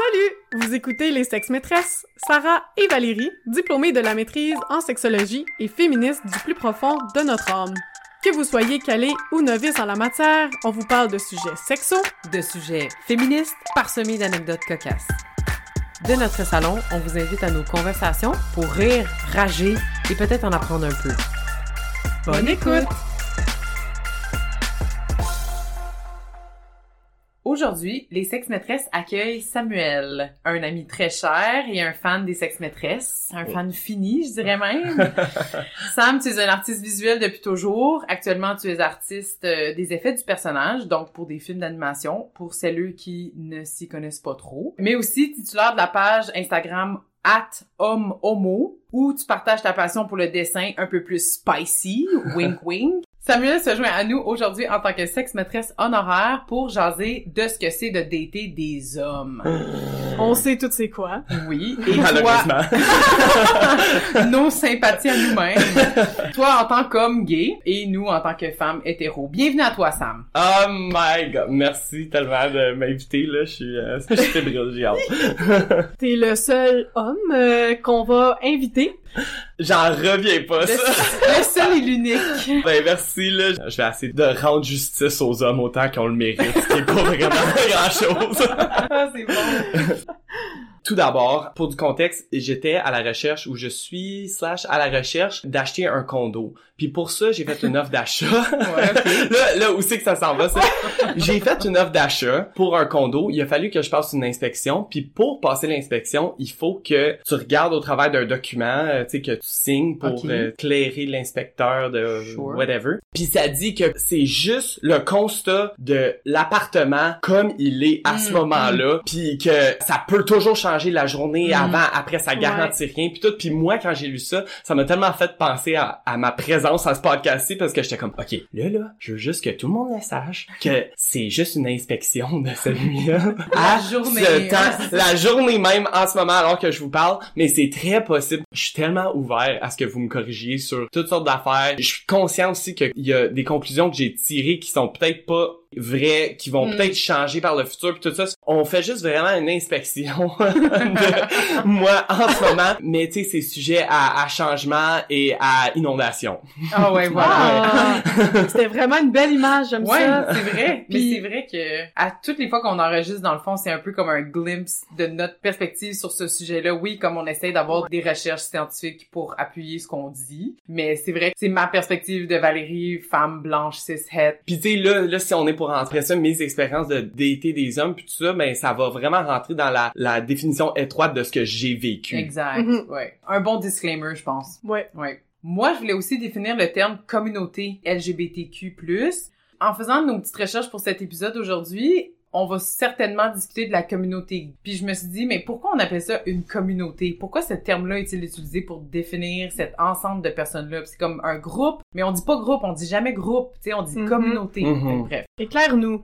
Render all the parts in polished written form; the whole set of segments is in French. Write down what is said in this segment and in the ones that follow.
Salut! Vous écoutez Les Sexes Maîtresses, Sarah et Valérie, diplômées de la maîtrise en sexologie et féministes du plus profond de notre âme. Que vous soyez calé ou novice en la matière, on vous parle de sujets sexos, de sujets féministes, parsemés d'anecdotes cocasses. De notre salon, on vous invite à nos conversations pour rire, rager et peut-être en apprendre un peu. Bonne écoute! Aujourd'hui, les Sexes-Maîtresses accueillent Samuel, un ami très cher et un fan des Sexes-Maîtresses, un fan fini, je dirais même. Sam, tu es un artiste visuel depuis toujours. Actuellement, tu es artiste des effets du personnage, donc pour des films d'animation, pour celles qui ne s'y connaissent pas trop. Mais aussi titulaire de la page Instagram @homme-homo, où tu partages ta passion pour le dessin un peu plus spicy, wink wink. Samuel se joint à nous aujourd'hui en tant que sexe-maîtresse honoraire pour jaser de ce que c'est de dater des hommes. On sait tout c'est quoi. Oui, et toi, nos sympathies à nous-mêmes. Toi en tant qu'homme gay et nous en tant que femmes hétéro. Bienvenue à toi, Sam. Oh my god, merci tellement de m'inviter, là, je suis fébrile, j'ai hâte. T'es le seul homme qu'on va inviter. J'en reviens pas, ça. Le seul et l'unique. Ben merci, là. Je vais essayer de rendre justice aux hommes autant qu'on le mérite, ce qui est pas vraiment grand-chose. Ah, c'est bon. Tout d'abord, pour du contexte, j'étais à la recherche, ou je suis / à la recherche d'acheter un condo. Puis pour ça, j'ai fait une offre d'achat. Ouais, okay. Là, où c'est que ça s'en va, ça? J'ai fait une offre d'achat pour un condo. Il a fallu que je passe une inspection. Puis pour passer l'inspection, il faut que tu regardes au travers d'un document, tu sais, que tu signes pour clairer l'inspecteur de whatever. Puis ça dit que c'est juste le constat de l'appartement comme il est à ce moment-là. Puis que ça peut toujours changer la journée avant, après, ça garantit rien. Puis tout. Puis moi, quand j'ai lu ça, ça m'a tellement fait penser à ma présence à ce podcast-ci parce que j'étais comme, OK, là, je veux juste que tout le monde le sache que c'est juste une inspection de celui-là. La journée même en ce moment alors que je vous parle, mais c'est très possible. Je suis tellement ouvert à ce que vous me corrigiez sur toutes sortes d'affaires. Je suis conscient aussi qu'il y a des conclusions que j'ai tirées qui sont peut-être pas vraies, qui vont peut-être changer par le futur pis tout ça. On fait juste vraiment une inspection de moi en ce moment, mais tu sais, c'est sujet à changement et à inondation. Ah ouais, voilà. C'était vraiment une belle image, j'aime ça. Ouais, c'est vrai. Mais c'est vrai que à toutes les fois qu'on enregistre, dans le fond, c'est un peu comme un glimpse de notre perspective sur ce sujet-là. Oui, comme on essaie d'avoir des recherches scientifiques pour appuyer ce qu'on dit, mais c'est vrai que c'est ma perspective de Valérie, femme blanche, cis-het. Puis tu sais, là, si on est pour rentrer ça, mes expériences de dater des hommes puis tout ça, ben ça va vraiment rentrer dans la définition étroite de ce que j'ai vécu. Exact, ouais. Un bon disclaimer, je pense. Ouais. Moi, je voulais aussi définir le terme communauté LGBTQ+. En faisant nos petites recherches pour cet épisode aujourd'hui, on va certainement discuter de la communauté. Puis je me suis dit, mais pourquoi on appelle ça une communauté? Pourquoi ce terme-là est-il utilisé pour définir cet ensemble de personnes-là? C'est comme un groupe, mais on dit pas groupe, on dit jamais groupe, tu sais, on dit communauté. Bref. Éclaire-nous.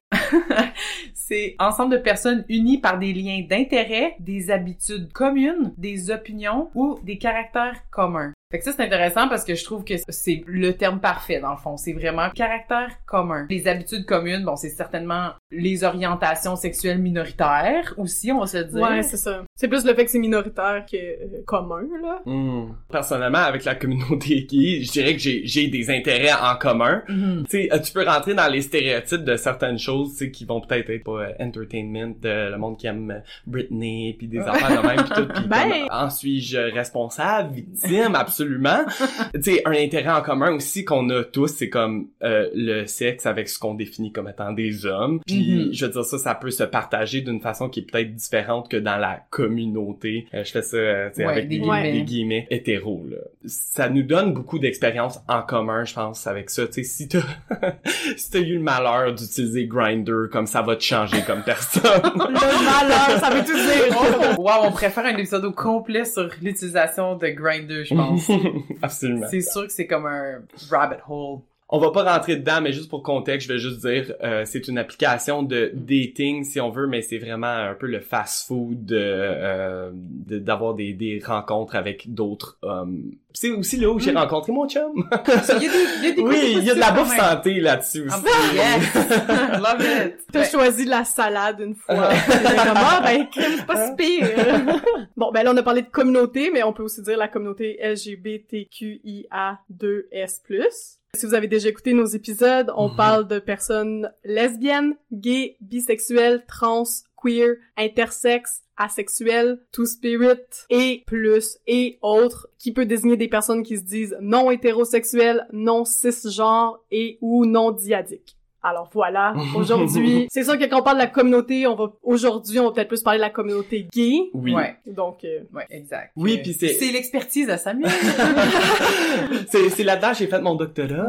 C'est ensemble de personnes unies par des liens d'intérêt, des habitudes communes, des opinions ou des caractères communs. Fait que ça, c'est intéressant parce que je trouve que c'est le terme parfait, dans le fond. C'est vraiment caractère commun. Les habitudes communes, bon, c'est certainement les orientations sexuelles minoritaires aussi, on va se le dire. Ouais, c'est ça. C'est plus le fait que c'est minoritaire que commun, là. Personnellement, avec la communauté gay, je dirais que j'ai des intérêts en commun. Tu sais, tu peux rentrer dans les stéréotypes de certaines choses, tu sais, qui vont peut-être être pas entertainment, le monde qui aime Britney, puis des affaires de même, pis tout. Pis en suis-je responsable, victime, absolument. Tu sais, un intérêt en commun aussi qu'on a tous, c'est comme le sexe avec ce qu'on définit comme étant des hommes. Puis je veux dire ça peut se partager d'une façon qui est peut-être différente que dans la communauté. Je fais ça tu sais, avec des guillemets hétéros là. Ça nous donne beaucoup d'expériences en commun, je pense, avec ça. Tu sais, si t'as eu le malheur d'utiliser Grindr, comme ça va te changer comme personne. Le malheur, ça veut tout dire. Wow, on préfère un épisode au complet sur l'utilisation de Grindr, je pense. Absolument. C'est sûr que c'est comme un rabbit hole. On va pas rentrer dedans, mais juste pour contexte, je vais juste dire, c'est une application de dating, si on veut, mais c'est vraiment un peu le fast-food d'avoir des rencontres avec d'autres hommes. C'est aussi là où j'ai rencontré mon chum. Il y a des oui, il y a de la bouffe santé là-dessus aussi. Yes! Love it! T'as choisi de la salade une fois. C'est pas si pire. Bon, ben là, on a parlé de communauté, mais on peut aussi dire la communauté LGBTQIA2S+. Si vous avez déjà écouté nos épisodes, on parle de personnes lesbiennes, gays, bisexuelles, trans, queer, intersexes, asexuels, two-spirit, et plus, et autres, qui peut désigner des personnes qui se disent non hétérosexuelles, non cisgenres et ou non diadiques. Alors voilà, aujourd'hui, c'est sûr que quand on parle de la communauté, aujourd'hui, on va peut-être plus parler de la communauté gay. Oui. Ouais. Donc, ouais, exact. Oui, puis c'est l'expertise à Samuel. c'est là-dedans j'ai fait mon doctorat.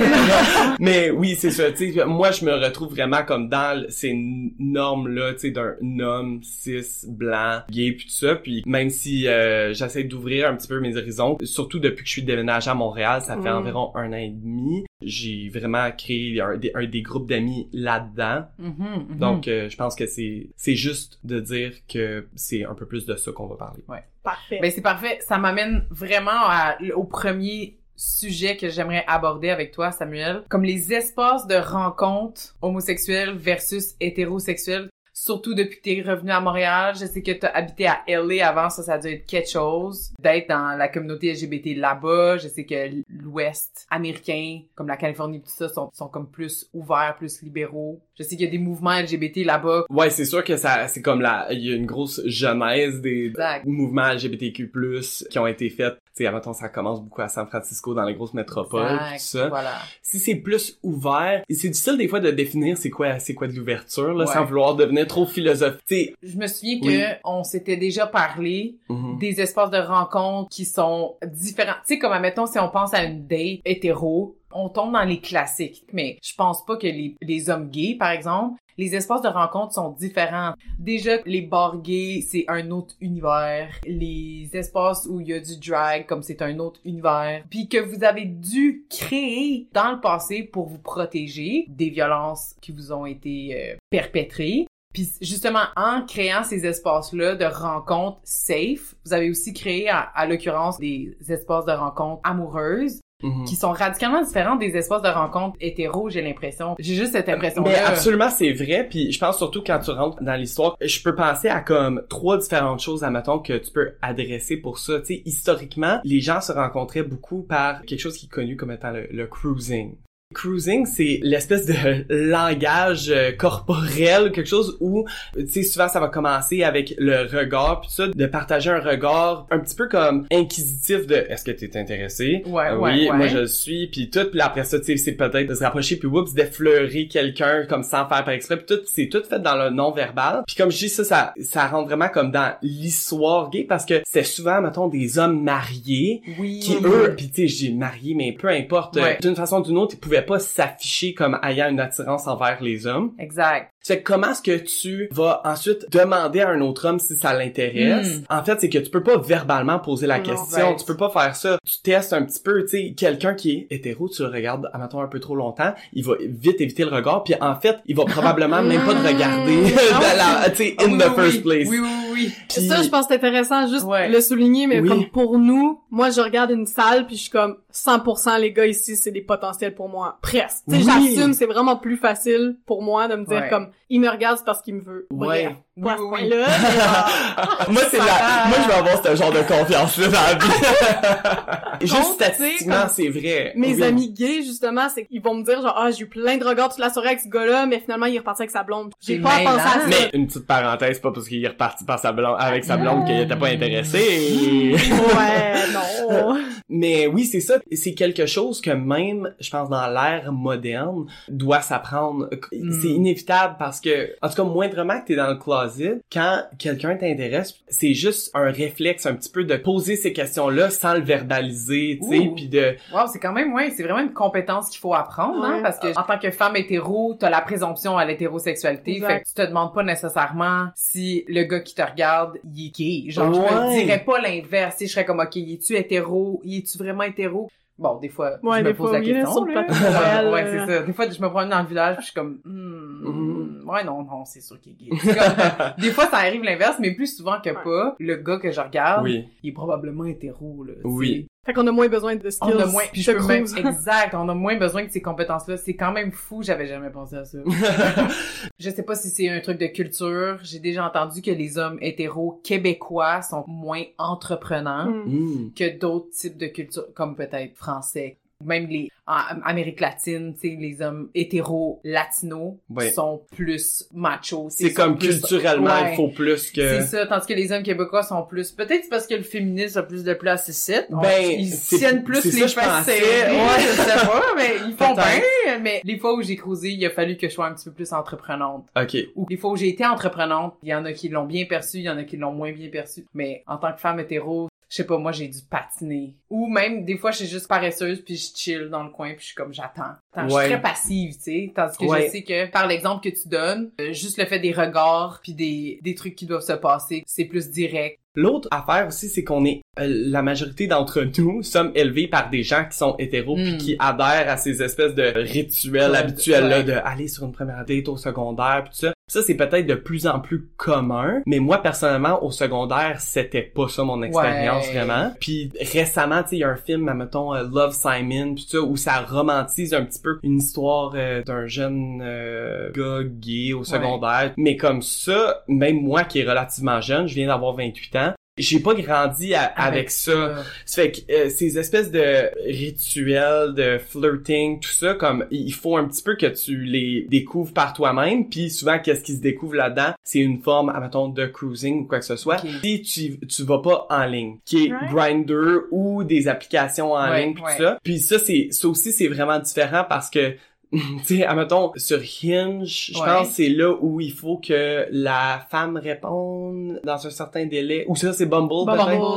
Mais oui, c'est ça, tu sais, moi je me retrouve vraiment comme dans ces normes-là, tu sais, d'un homme cis, blanc, gay, puis tout ça, puis même si j'essaie d'ouvrir un petit peu mes horizons, surtout depuis que je suis déménagé à Montréal, ça fait environ 1 an et demi, j'ai vraiment créé des groupes d'amis là-dedans. Donc, je pense que c'est juste de dire que c'est un peu plus de ça qu'on va parler. Ouais. Parfait. Ben, c'est parfait. Ça m'amène vraiment au premier sujet que j'aimerais aborder avec toi, Samuel. Comme les espaces de rencontre homosexuels versus hétérosexuels. Surtout depuis que t'es revenu à Montréal, je sais que t'as habité à LA avant, ça a dû être quelque chose. D'être dans la communauté LGBT là-bas, je sais que l'Ouest américain, comme la Californie tout ça, sont comme plus ouverts, plus libéraux. Je sais qu'il y a des mouvements LGBT là-bas. Ouais, c'est sûr que c'est comme il y a une grosse genèse des mouvements LGBTQ+, qui ont été faits. Tu sais, avant ça commence beaucoup à San Francisco, dans les grosses métropoles, tout ça. Voilà. Si c'est plus ouvert, c'est difficile des fois de définir c'est quoi de l'ouverture, là, sans vouloir devenir trop philosophique. Je me souviens que on s'était déjà parlé des espaces de rencontre qui sont différents. Tu sais, comme admettons, si on pense à une date hétéro, on tombe dans les classiques. Mais je pense pas que les hommes gays, par exemple, les espaces de rencontre sont différents. Déjà, les bars gays, c'est un autre univers. Les espaces où il y a du drag, comme c'est un autre univers. Puis que vous avez dû créer dans le passé pour vous protéger des violences qui vous ont été perpétrées. Puis justement, en créant ces espaces-là de rencontres safe, vous avez aussi créé, à l'occurrence, des espaces de rencontres amoureuses qui sont radicalement différents des espaces de rencontres hétéros, j'ai l'impression. J'ai juste cette impression-là. Mais absolument, c'est vrai. Puis je pense surtout quand tu rentres dans l'histoire, je peux penser à comme 3 différentes choses, admettons, que tu peux adresser pour ça. Tu sais, historiquement, les gens se rencontraient beaucoup par quelque chose qui est connu comme étant le cruising. Cruising, c'est l'espèce de langage corporel, quelque chose où, tu sais, souvent ça va commencer avec le regard, puis ça, de partager un regard un petit peu comme inquisitif de « Est-ce que t'es intéressé? » Oui, moi je le suis, puis tout, puis après ça, tu sais, c'est peut-être de se rapprocher, puis oups, d'effleurer quelqu'un comme sans faire par exprès, puis tout, c'est tout fait dans le non-verbal. Puis comme je dis ça rentre vraiment comme dans l'histoire gay, parce que c'est souvent, mettons, des hommes mariés, qui eux, puis tu sais, je dis mariés, mais peu importe, d'une façon ou d'une autre, ils pouvaient pas s'afficher comme ayant une attirance envers les hommes. Exact. C'est comment est-ce que tu vas ensuite demander à un autre homme si ça l'intéresse? En fait, c'est que tu peux pas verbalement poser la question. Tu peux pas faire ça. Tu testes un petit peu, tu sais, quelqu'un qui est hétéro, tu le regardes, admettons, un peu trop longtemps, il va vite éviter le regard, puis en fait, il va probablement même pas te regarder tu sais, in the first place. Oui. Puis, ça, je pense que c'est intéressant juste le souligner, mais comme pour nous, moi, je regarde une salle, puis je suis comme 100% les gars ici, c'est des potentiels pour moi. Presque. Tu sais, j'assume, c'est vraiment plus facile pour moi de me dire comme, il me regarde, c'est parce qu'il me veut. Bref. Pas à ce point-là. Moi, moi, je vais avoir ce genre de confiance-là dans la vie. Juste statistiquement, c'est vrai. Mes amis gays, justement, c'est qu'ils vont me dire genre, j'ai eu plein de regards toute la soirée avec ce gars-là, mais finalement, il est reparti avec sa blonde. J'ai pas pensé à ça. Mais une petite parenthèse, pas parce qu'il est reparti avec sa blonde qu'il était pas intéressé. Non. Mais oui, c'est ça. C'est quelque chose que même, je pense, dans l'ère moderne, doit s'apprendre. C'est inévitable parce que, en tout cas, moindrement que t'es dans le closet, quand quelqu'un t'intéresse, c'est juste un réflexe un petit peu de poser ces questions-là sans le verbaliser, tu sais, puis de... Wow, c'est quand même, c'est vraiment une compétence qu'il faut apprendre, hein, parce que en tant que femme hétéro, t'as la présomption à l'hétérosexualité, fait que tu te demandes pas nécessairement si le gars qui te regarde, il est gay. Genre, je me dirais pas l'inverse, je serais comme, ok, es-tu hétéro? Es-tu vraiment hétéro? Bon, des fois, ouais, je me pose la question. Sur le plateau de Noël, ouais, c'est ça. Des fois, je me promène dans le village, puis je suis comme, ouais, non, c'est sûr qu'il est gay. C'est comme, des fois, ça arrive l'inverse, mais plus souvent que pas, le gars que je regarde, il est probablement hétéro, là. Oui. Fait qu'on a moins besoin de skills. On a moins, puis je peux même, exact, on a moins besoin de ces compétences-là. C'est quand même fou, j'avais jamais pensé à ça. Je sais pas si c'est un truc de culture. J'ai déjà entendu que les hommes hétéros québécois sont moins entreprenants que d'autres types de cultures, comme peut-être français. Même en Amérique latine, tu sais, les hommes hétéros latinos sont plus machos. C'est comme plus, culturellement, il faut plus que... C'est ça, tandis que les hommes québécois sont plus... Peut-être c'est parce que le féminisme a plus de place ici. Ils tiennent plus les fesses serrées. Ouais, je sais pas, mais ils font bien. Mais les fois où j'ai cruisé, il a fallu que je sois un petit peu plus entreprenante. OK. Ou les fois où j'ai été entreprenante, il y en a qui l'ont bien perçu, il y en a qui l'ont moins bien perçu. Mais en tant que femme hétéro, je sais pas, moi, j'ai dû patiner. Ou même, des fois, je suis juste paresseuse, puis je chill dans le coin, puis je suis comme, j'attends. Je suis très passive, tu sais. Tandis que je sais que, par l'exemple que tu donnes, juste le fait des regards, puis des trucs qui doivent se passer, c'est plus direct. L'autre affaire aussi, c'est qu'on est, la majorité d'entre nous sommes élevés par des gens qui sont hétéros puis qui adhèrent à ces espèces de rituels habituels-là de aller sur une première date au secondaire pis tout ça. Ça, c'est peut-être de plus en plus commun, mais moi, personnellement, au secondaire, c'était pas ça mon expérience vraiment. Puis récemment, tu sais, il y a un film, mettons, Love, Simon pis tout ça, où ça romantise un petit peu une histoire d'un jeune gars gay au secondaire. Mais comme ça, même moi qui est relativement jeune, je viens d'avoir 28 ans, j'ai pas grandi avec ça. Ça fait que ces espèces de rituels, de flirting, tout ça, comme il faut un petit peu que tu les découvres par toi-même. Puis souvent, qu'est-ce qui se découvre là-dedans? C'est une forme, admettons, de cruising ou quoi que ce soit. Si tu vas pas en ligne, qui est Grindr ou des applications en ligne, pis tout ça. Puis ça aussi, c'est vraiment différent parce que tu sais, admettons, sur Hinge, je pense que c'est là où il faut que la femme réponde dans un certain délai. Ou ça, c'est Bumble.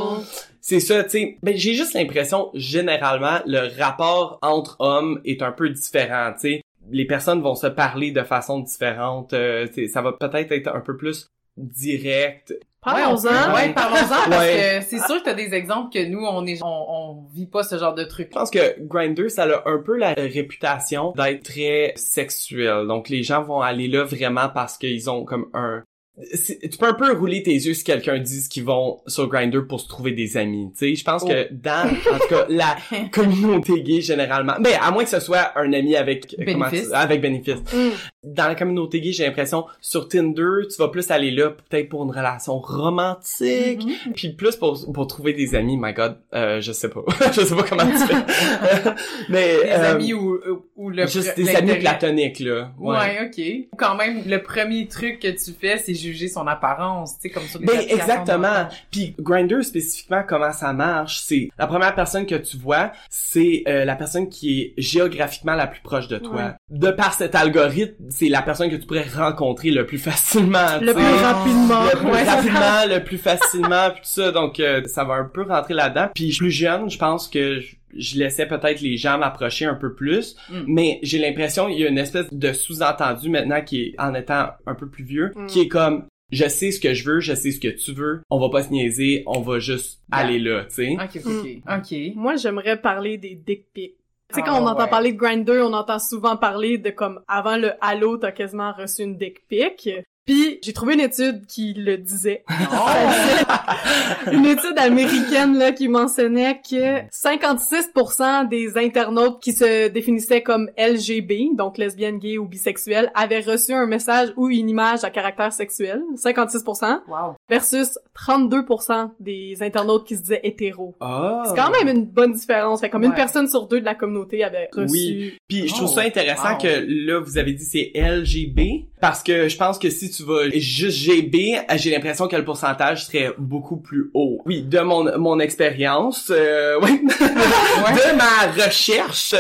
C'est ça, tu sais. Ben, j'ai juste l'impression, généralement, le rapport entre hommes est un peu différent, tu sais. Les personnes vont se parler de façon différente. Ça va peut-être être un peu plus direct. Parlons-en. Parlons-en parce que c'est sûr que t'as des exemples que nous, on vit pas ce genre de truc. Je pense que Grindr, ça a un peu la réputation d'être très sexuel. Donc, les gens vont aller là vraiment parce qu'ils ont comme tu peux un peu rouler tes yeux si quelqu'un dit qu'ils vont sur Grindr pour se trouver des amis, tu sais. Je pense que dans, en tout cas, la communauté gay, généralement, ben, à moins que ce soit un ami avec bénéfice. Avec bénéfice. Dans la communauté gay, j'ai l'impression, sur Tinder, tu vas plus aller là, peut-être pour une relation romantique, puis plus pour trouver des amis, my god, je sais pas. Je sais pas comment tu fais. Mais, des amis ou le juste des amis platoniques, là. Ouais, ok. Quand même, le premier truc que tu fais, c'est juger son apparence, tu sais, comme sur les applications. Exactement. Puis Grindr, spécifiquement, comment ça marche, c'est la première personne que tu vois, c'est la personne qui est géographiquement la plus proche de toi. De par cet algorithme, c'est la personne que tu pourrais rencontrer le plus facilement. Le plus rapidement. Le plus rapidement, le plus facilement, puis tout ça. Donc, ça va un peu rentrer là-dedans. Puis plus jeune, je pense que je laissais peut-être les gens m'approcher un peu plus, mais j'ai l'impression qu'il y a une espèce de sous-entendu maintenant qui est, en étant un peu plus vieux, qui est comme, je sais ce que je veux, je sais ce que tu veux, on va pas se niaiser, on va juste aller là, tu sais. Ok. Moi, j'aimerais parler des dick pics. Tu sais, quand on entend parler de Grindr, on entend souvent parler de comme, avant le Halo, t'as quasiment reçu une dick pic. Puis j'ai trouvé une étude qui le disait. Une étude américaine là qui mentionnait que 56% des internautes qui se définissaient comme LGB, donc lesbiennes, gays ou bisexuels, avaient reçu un message ou une image à caractère sexuel. 56%. Wow. Versus 32% des internautes qui se disaient hétéros. Oh. C'est quand même une bonne différence. Fait comme une personne sur deux de la communauté avait reçu. Oui. Puis je trouve ça intéressant que là vous avez dit c'est LGB parce que je pense que si tu vas juste GB, j'ai l'impression que le pourcentage serait beaucoup plus haut. Oui, de mon expérience, de ma recherche.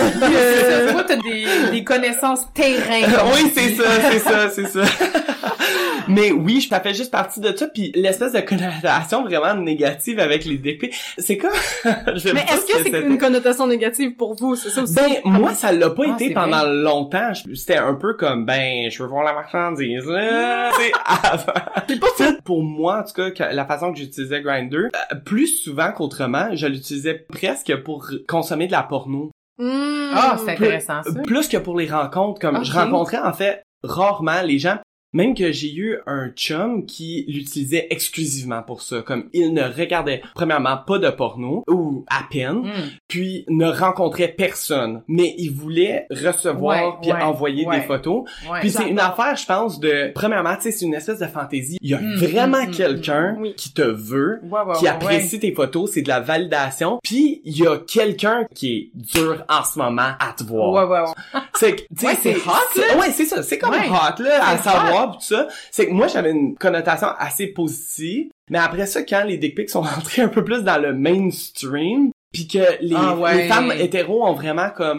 Approfondie. Toi, t'as des connaissances terrain. Oui, c'est ça. Mais oui, ça fait juste partie de ça, puis l'espèce de connotation vraiment négative avec les dick pics, c'est comme... Mais est-ce que c'est une connotation négative pour vous, c'est ça aussi? Ben, moi, ça l'a pas été c'est pendant vrai. longtemps. C'était un peu comme, ben, je veux voir la marchandise, là. Tu sais, avant. C'est pas ça. Pour moi, en tout cas, la façon que j'utilisais Grindr, plus souvent qu'autrement, je l'utilisais presque pour consommer de la porno. Ah, c'est intéressant, ça. Plus que pour les rencontres. Comme, je rencontrais, en fait, rarement les gens. Même que j'ai eu un chum qui l'utilisait exclusivement pour ça. Comme, il ne regardait, premièrement, pas de porno, ou à peine, puis ne rencontrait personne. Mais il voulait recevoir puis envoyer des photos. Ouais. Puis c'est une affaire, je pense, de... Premièrement, tu sais, c'est une espèce de fantaisie. Il y a vraiment quelqu'un qui te veut, qui apprécie tes photos, c'est de la validation. Puis il y a quelqu'un qui est dur en ce moment à te voir. C'est que, tu sais, c'est hot, là. Ouais, c'est ça. C'est comme hot, là, à savoir, pis tout ça. C'est que moi, j'avais une connotation assez positive. Mais après ça, quand les dick pics sont rentrés un peu plus dans le mainstream, puis que les femmes hétéros ont vraiment comme...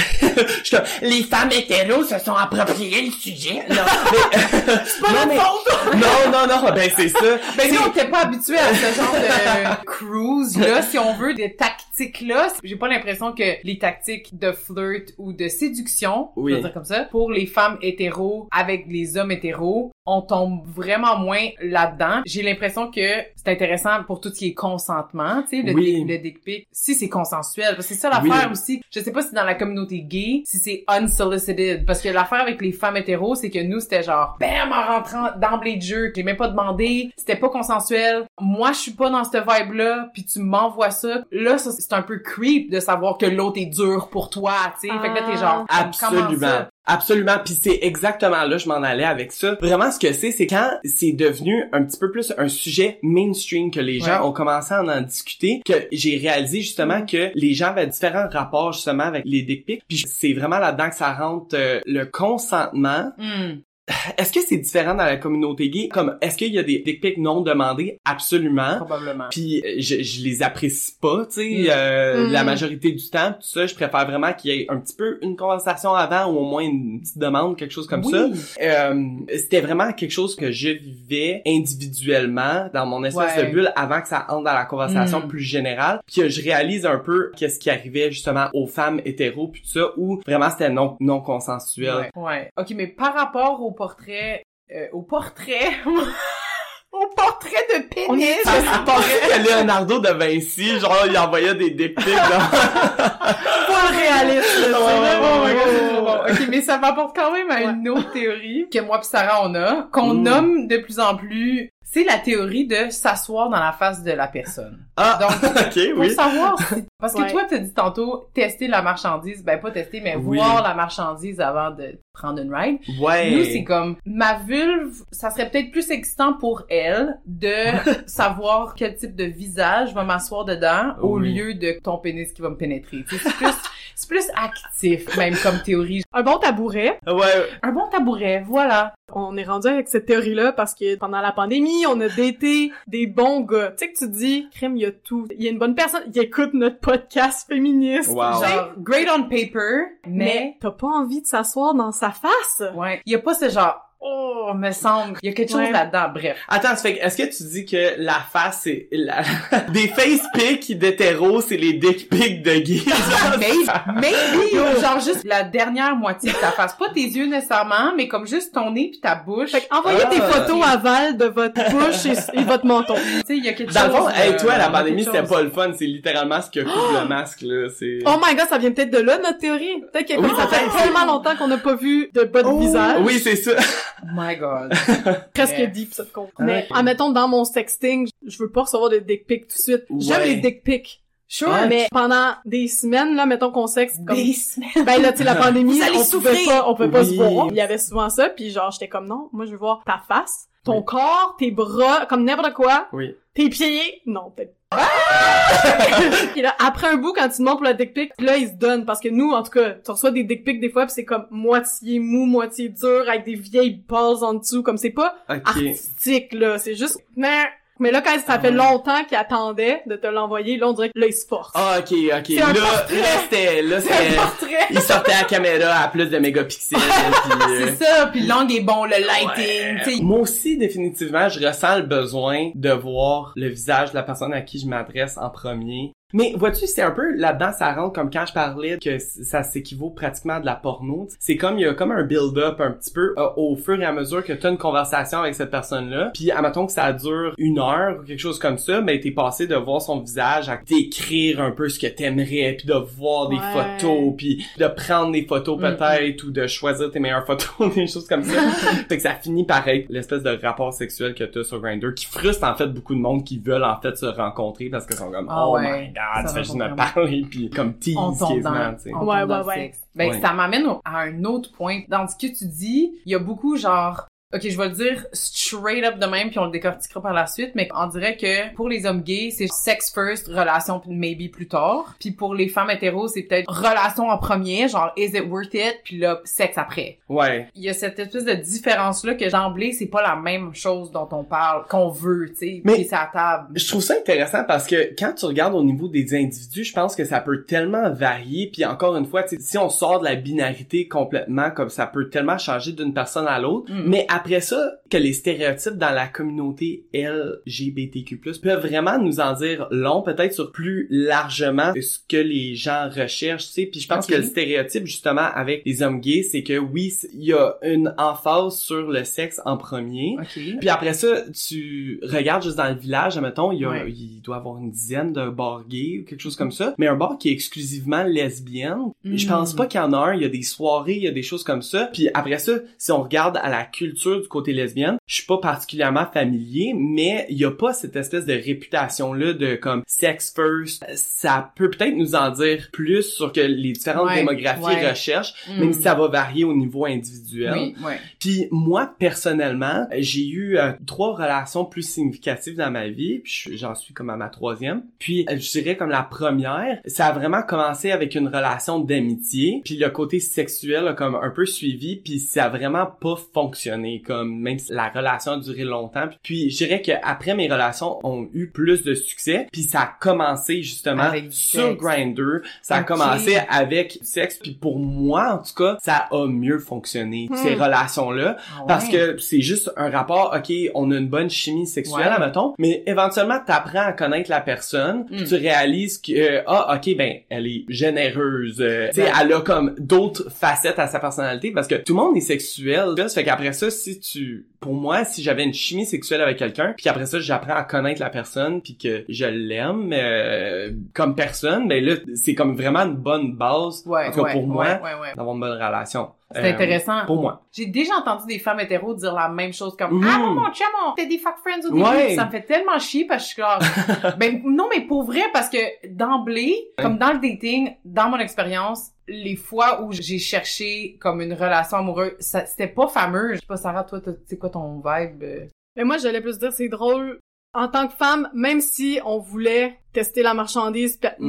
les femmes hétéros se sont appropriées le sujet. Non, c'est pas la faute. Non, ben c'est ça. Ben nous, on était pas habitués à ce genre de cruise là, si on veut, des tactiques là. J'ai pas l'impression que les tactiques de flirt ou de séduction, je veux dire comme ça, pour les femmes hétéros avec les hommes hétéros, on tombe vraiment moins là-dedans. J'ai l'impression que c'est intéressant pour tout ce qui est consentement, tu sais, le dick pic, si c'est consensuel. Parce que c'est ça l'affaire aussi. Je sais pas si dans la communauté gay, si c'est unsolicited. Parce que l'affaire avec les femmes hétéros, c'est que nous, c'était genre, bam, en rentrant d'emblée de jeu, je l'ai même pas demandé, c'était pas consensuel. Moi, je suis pas dans cette vibe-là, puis tu m'envoies ça. Là, ça, c'est un peu creep de savoir que l'autre est dur pour toi, tu sais. Fait que là, t'es genre, absolument. Absolument, puis c'est exactement là je m'en allais avec ça. Vraiment, ce que c'est quand c'est devenu un petit peu plus un sujet mainstream, que les gens ont commencé à en discuter, que j'ai réalisé justement que les gens avaient différents rapports justement avec les dick pics. Puis c'est vraiment là-dedans que ça rentre le consentement. Est-ce que c'est différent dans la communauté gay? Comme, est-ce qu'il y a des dick pics non demandés? Absolument. Probablement. Puis je les apprécie pas, tu sais, la majorité du temps, tout ça, je préfère vraiment qu'il y ait un petit peu une conversation avant ou au moins une petite demande, quelque chose comme ça. C'était vraiment quelque chose que je vivais individuellement dans mon espèce de bulle avant que ça entre dans la conversation plus générale. Puis que je réalise un peu qu'est-ce qui arrivait justement aux femmes hétéros puis tout ça, où vraiment c'était non consensuel. Ouais. OK, mais par rapport au portrait au portrait de pénis. Je pensais que Leonardo de Vinci, genre, il envoyait des dick pics dans... Pas réaliste, là. OK, mais ça m'apporte quand même à une autre théorie que moi pis Sarah on a, qu'on nomme de plus en plus. C'est la théorie de s'asseoir dans la face de la personne. Donc, pour savoir si... Parce que toi, t'as dit tantôt, tester la marchandise. Ben, pas tester, mais voir la marchandise avant de prendre une ride. Nous, c'est comme, ma vulve, ça serait peut-être plus excitant pour elle de savoir quel type de visage va m'asseoir dedans au lieu de ton pénis qui va me pénétrer. Tu sais, c'est plus actif, même comme théorie. Un bon tabouret. Un bon tabouret, voilà. On est rendu avec cette théorie-là parce que pendant la pandémie, on a daté des bons gars. Tu sais que tu dis, crème, il y a tout. Il y a une bonne personne, il écoute notre podcast féministe. Genre, great on paper, mais t'as pas envie de s'asseoir dans sa face. Ouais. Il y a pas ce genre, oh, me semble, il y a quelque chose là-dedans, bref. Attends, est-ce que tu dis que la face, c'est des face pics d'hétéros, c'est les dick pics de gays? Maybe, genre juste la dernière moitié de ta face. Pas tes yeux nécessairement, mais comme juste ton nez pis ta bouche. Fait envoyez des photos aval de votre bouche et votre menton. Tu sais, il y a quelque chose. Dans le fond, toi, la pandémie, c'était pas le fun. C'est littéralement ce que couvre le masque, là. Oh my god, ça vient peut-être de là, notre théorie. Peut-être que ça fait tellement longtemps qu'on n'a pas vu de bas de visage. Oui, c'est ça. Oh my god. Presque deep, ça te comprend. Mais, admettons, dans mon sexting, je veux pas recevoir de dick pics tout de suite. J'aime les dick pics. Sure. Mais pendant des semaines, là, mettons qu'on sexe comme... Des semaines? Ben là, tu sais, la pandémie, on pouvait pas se voir. Il y avait souvent ça, puis genre, j'étais comme, non, moi, je veux voir ta face, ton corps, tes bras, comme n'importe quoi. Tes pieds. Non, peut-être. Puis là, après un bout, quand tu demandes pour la dick pic, là, ils se donnent. Parce que nous, en tout cas, tu reçois des dick pics des fois, pis c'est comme moitié mou, moitié dur, avec des vieilles balles en dessous. Comme c'est pas artistique, là. C'est juste... Mais là, quand ça fait longtemps qu'il attendait de te l'envoyer, là, on dirait que là, il se force. Ah, ok. C'est un portrait. Là, c'était, il sortait à la caméra à plus de mégapixels. C'est ça, puis l'angle est bon, le lighting, tu sais. Moi aussi, définitivement, je ressens le besoin de voir le visage de la personne à qui je m'adresse en premier. Mais vois-tu, c'est un peu là-dedans, ça rentre comme quand je parlais que ça s'équivaut pratiquement à de la porno. C'est comme, il y a comme un build-up un petit peu au fur et à mesure que t'as une conversation avec cette personne-là. Puis, admettons que ça dure 1 heure ou quelque chose comme ça, mais t'es passé de voir son visage à décrire un peu ce que t'aimerais, puis de voir des photos, puis de prendre des photos peut-être, ou de choisir tes meilleures photos, des choses comme ça. Fait que ça finit pareil, l'espèce de rapport sexuel que t'as sur Grindr, qui frustre en fait beaucoup de monde qui veulent en fait se rencontrer parce qu'ils sont comme oh my god, tu fais juste me parler puis comme tease quasiment, tu sais. Ouais. Ben ça m'amène à un autre point. Dans ce que tu dis, il y a beaucoup genre OK, je vais le dire straight up de même, puis on le décortiquera par la suite, mais on dirait que pour les hommes gays, c'est sex first, relation maybe plus tard. Puis pour les femmes hétéros, c'est peut-être relation en premier, genre is it worth it, puis là, sexe après. Ouais. Il y a cette espèce de différence-là que d'emblée, c'est pas la même chose dont on parle, qu'on veut, tu sais, puis c'est à table. Je trouve ça intéressant parce que quand tu regardes au niveau des individus, je pense que ça peut tellement varier, puis encore une fois, tu sais, si on sort de la binarité complètement, comme ça peut tellement changer d'une personne à l'autre, mais après ça, que les stéréotypes dans la communauté LGBTQ+, peuvent vraiment nous en dire long, peut-être sur plus largement ce que les gens recherchent, tu sais. Puis je pense que le stéréotype, justement, avec les hommes gays, c'est que oui, il y a une emphase sur le sexe en premier. Puis après ça, tu regardes juste dans le village, admettons, il doit y avoir une dizaine de bars gays ou quelque chose comme ça. Mais un bar qui est exclusivement lesbienne, je pense pas qu'il y en a un. Il y a des soirées, il y a des choses comme ça. Puis après ça, si on regarde à la culture du côté lesbienne, je suis pas particulièrement familier, mais il y a pas cette espèce de réputation-là de comme sex first. Ça peut peut-être nous en dire plus sur que les différentes démographies recherchent, même si ça va varier au niveau individuel. Puis moi, personnellement, j'ai eu 3 relations plus significatives dans ma vie, puis j'en suis comme à ma 3e. Puis je dirais comme la première, ça a vraiment commencé avec une relation d'amitié, puis le côté sexuel a comme un peu suivi, puis ça a vraiment pas fonctionné, comme même si la relation a duré longtemps. Puis je dirais que après mes relations ont eu plus de succès, puis ça a commencé justement avec sur Grindr, ça a commencé avec du sexe, puis pour moi en tout cas, ça a mieux fonctionné ces relations-là, parce que c'est juste un rapport, OK, on a une bonne chimie sexuelle, admettons, mais éventuellement t'apprends à connaître la personne, puis tu réalises que OK, ben elle est généreuse, tu sais, elle a comme d'autres facettes à sa personnalité, parce que tout le monde est sexuel, ça fait qu'après ça, pour moi, si j'avais une chimie sexuelle avec quelqu'un, puis après ça, j'apprends à connaître la personne, puis que je l'aime comme personne, ben là, c'est comme vraiment une bonne base, en tout cas pour moi, d'avoir une bonne relation. C'est intéressant. Pour moi. J'ai déjà entendu des femmes hétéros dire la même chose comme ah mon chum, on fait des fuck friends au début. Ça me fait tellement chier parce que je suis genre ben non mais pour vrai parce que d'emblée, comme dans le dating, dans mon expérience, les fois où j'ai cherché comme une relation amoureuse, c'était pas fameux. Je sais pas Sarah, toi c'est quoi ton vibe? Mais moi j'allais plus dire c'est drôle. En tant que femme, même si on voulait tester la marchandise, c'est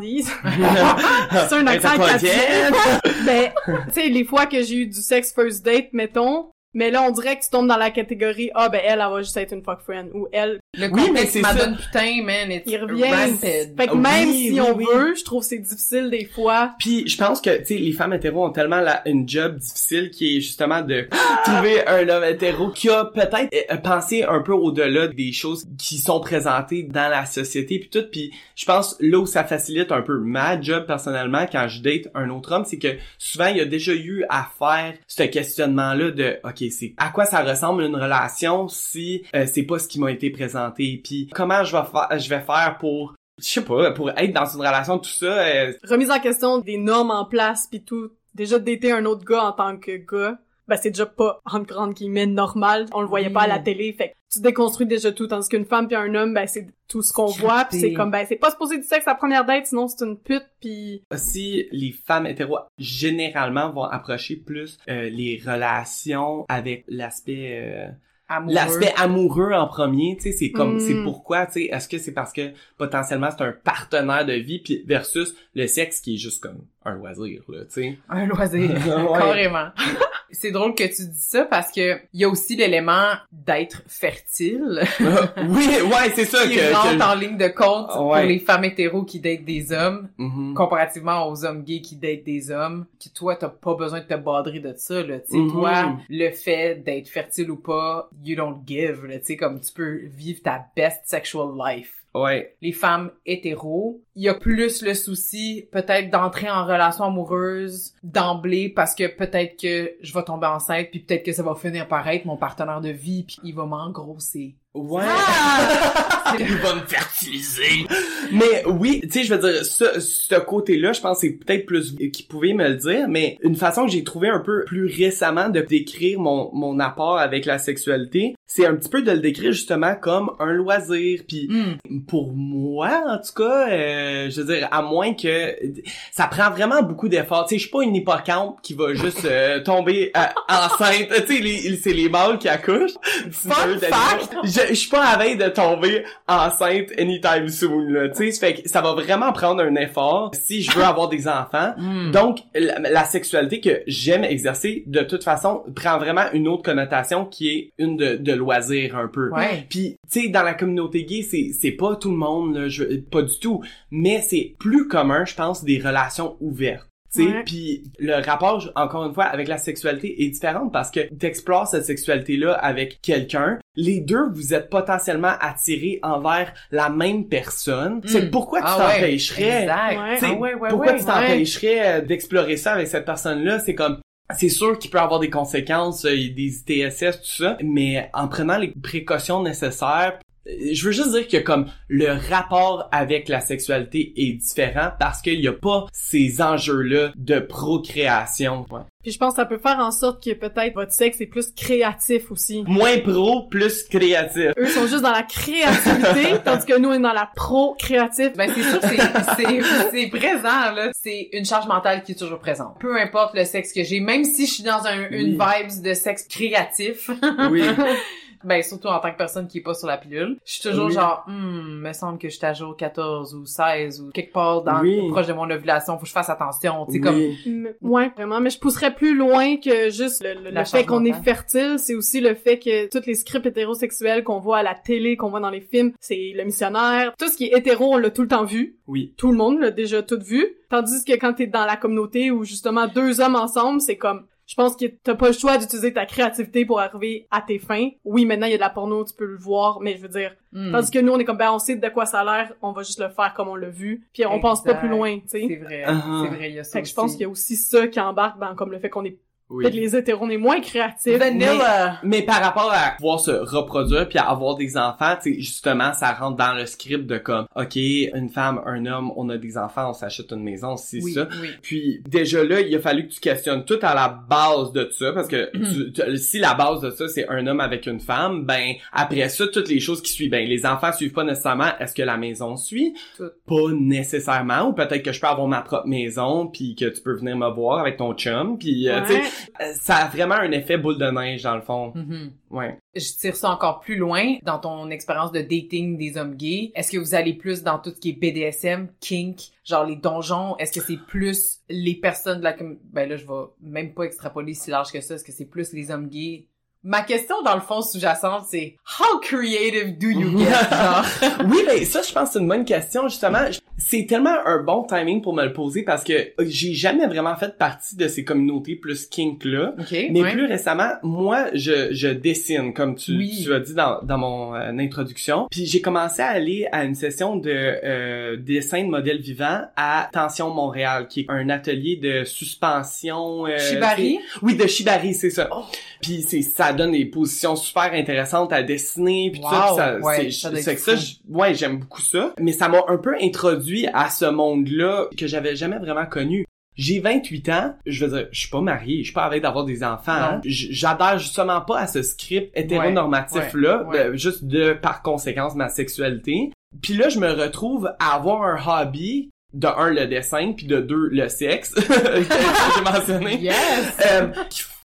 un accent canadien. Ben, tu sais, les fois que j'ai eu du sex first date, mettons, mais là, on dirait que tu tombes dans la catégorie, elle va juste être une fuck friend, ou elle. Le contexte madone putain, man, il revient. Fait que même si on veut, je trouve que c'est difficile des fois. Puis, je pense que, tu sais, les femmes hétéros ont tellement une job difficile qui est justement de trouver un homme hétéro qui a peut-être pensé un peu au-delà des choses qui sont présentées dans la société puis tout. Puis, je pense, là où ça facilite un peu ma job personnellement quand je date un autre homme, c'est que souvent, il y a déjà eu à faire ce questionnement-là de, OK, c'est à quoi ça ressemble une relation si c'est pas ce qui m'a été présenté, puis comment je vais faire pour je sais pas, pour être dans une relation, tout ça. Remise en question des normes en place puis tout. Déjà dater un autre gars en tant que gars, ben c'est déjà pas entre grandes guillemets normal. On le voyait pas à la télé, fait que tu déconstruis déjà tout, tandis qu'une femme puis un homme, ben c'est tout ce qu'on voit, puis c'est comme ben c'est pas supposé du sexe à la première date, sinon c'est une pute, puis aussi les femmes hétéros généralement vont approcher plus les relations avec l'aspect amoureux en premier, tu sais, c'est comme c'est pourquoi, tu sais, est-ce que c'est parce que potentiellement c'est un partenaire de vie puis versus le sexe qui est juste comme un loisir là, tu sais. Un loisir, carrément. C'est drôle que tu dis ça parce que il y a aussi l'élément d'être fertile. Oui, ouais, c'est ça qui rentre en ligne de compte pour les femmes hétéros qui datent des hommes, comparativement aux hommes gays qui datent des hommes, que toi, t'as pas besoin de te badrer de ça, là. Tu sais, toi, le fait d'être fertile ou pas, you don't give, là. Tu sais, comme tu peux vivre ta best sexual life. Ouais. Les femmes hétéros, il y a plus le souci peut-être d'entrer en relation amoureuse d'emblée parce que peut-être que je vais tomber enceinte puis peut-être que ça va finir par être mon partenaire de vie puis il va m'engrosser. Ouais. Il va me fertiliser. Mais oui, tu sais, je veux dire, ce côté-là, je pense que c'est peut-être plus qui pouvait me le dire, mais une façon que j'ai trouvé un peu plus récemment de décrire mon apport avec la sexualité, c'est un petit peu de le décrire justement comme un loisir. Puis pour moi, en tout cas, je veux dire, à moins que ça prend vraiment beaucoup d'efforts. Tu sais, je suis pas une hippocampe qui va juste tomber enceinte. Tu sais, c'est les mâles qui accouchent. Fun fact! Je suis pas à veille de tomber enceinte anytime soon, là. Tu sais, fait que ça va vraiment prendre un effort si je veux avoir des enfants. Donc, la sexualité que j'aime exercer, de toute façon, prend vraiment une autre connotation qui est une de loisir un peu. Ouais. Puis, tu sais, dans la communauté gay, c'est pas tout le monde, là, pas du tout, mais c'est plus commun, je pense, des relations ouvertes. Tu sais, puis le rapport, encore une fois, avec la sexualité est différent parce que t'explores cette sexualité-là avec quelqu'un. Les deux, vous êtes potentiellement attirés envers la même personne. C'est pourquoi tu t'empêcherais... Pourquoi tu t'empêcherais d'explorer ça avec cette personne-là? C'est comme... C'est sûr qu'il peut avoir des conséquences, des ITSS, tout ça, mais en prenant les précautions nécessaires... Je veux juste dire que comme le rapport avec la sexualité est différent parce qu'il y a pas ces enjeux-là de procréation. Ouais. Puis je pense que ça peut faire en sorte que peut-être votre sexe est plus créatif aussi. Moins pro, plus créatif. Eux sont juste dans la créativité, tandis que nous, on est dans la pro-créatif. Ben c'est sûr que c'est présent, là. C'est une charge mentale qui est toujours présente. Peu importe le sexe que j'ai, même si je suis dans une vibes de sexe créatif. Oui. Ben, surtout en tant que personne qui est pas sur la pilule. Je suis toujours genre, me semble que je suis à jour 14 ou 16 ou quelque part proche de mon ovulation, faut que je fasse attention, tu sais, comme... Ouais, vraiment, mais je pousserais plus loin que juste le fait qu'on est fertile, c'est aussi le fait que tous les scripts hétérosexuels qu'on voit à la télé, qu'on voit dans les films, c'est le missionnaire. Tout ce qui est hétéro, on l'a tout le temps vu. Oui. Tout le monde l'a déjà tout vu. Tandis que quand t'es dans la communauté où justement deux hommes ensemble, c'est comme... Je pense que t'as pas le choix d'utiliser ta créativité pour arriver à tes fins. Oui, maintenant, il y a de la porno, tu peux le voir, mais je veux dire... Tandis que nous, on est comme, on sait de quoi ça a l'air, on va juste le faire comme on l'a vu, puis on pense pas plus loin, tu sais. C'est vrai, c'est vrai, il y a ça fait que je pense qu'il y a aussi ça qui embarque dans comme le fait qu'on est... Peut-être les hétéros, on est moins créatifs. Mais par rapport à pouvoir se reproduire puis à avoir des enfants, tu sais, justement, ça rentre dans le script de comme, OK, une femme, un homme, on a des enfants, on s'achète une maison, ça. Oui. Puis, déjà là, il a fallu que tu questionnes tout à la base de ça, parce que si la base de ça, c'est un homme avec une femme, ben, après ça, toutes les choses qui suivent, ben, les enfants suivent pas nécessairement, est-ce que la maison suit? Pas nécessairement, ou peut-être que je peux avoir ma propre maison, puis que tu peux venir me voir avec ton chum, puis, tu sais, ça a vraiment un effet boule de neige, dans le fond. Ouais. Je tire ça encore plus loin. Dans ton expérience de dating des hommes gays, est-ce que vous allez plus dans tout ce qui est BDSM, kink, genre les donjons? Est-ce que c'est plus les personnes de la... Ben là, je vais même pas extrapoler si large que ça. Est-ce que c'est plus les hommes gays? Ma question, dans le fond, sous-jacente, c'est « How creative do you get? » genre? Oui, mais ça, je pense que c'est une bonne question, justement. C'est tellement un bon timing pour me le poser parce que j'ai jamais vraiment fait partie de ces communautés plus kink-là. Mais plus récemment, moi, je dessine, comme tu as dit dans mon introduction. Puis j'ai commencé à aller à une session de dessin de modèles vivants à Tension Montréal, qui est un atelier de suspension... Shibari? Oui, de Shibari, c'est ça. Oh. Puis ça donne des positions super intéressantes à dessiner puis tout ça, j'aime beaucoup ça, mais ça m'a un peu introduit à ce monde-là que j'avais jamais vraiment connu. J'ai 28 ans, je veux dire, je suis pas marié, je suis pas avec d'avoir des enfants, hein. J'adhère justement pas à ce script hétéronormatif-là, juste par conséquence ma sexualité. Puis là, je me retrouve à avoir un hobby, de un, le dessin, puis de deux, le sexe, que j'ai mentionné. Yes!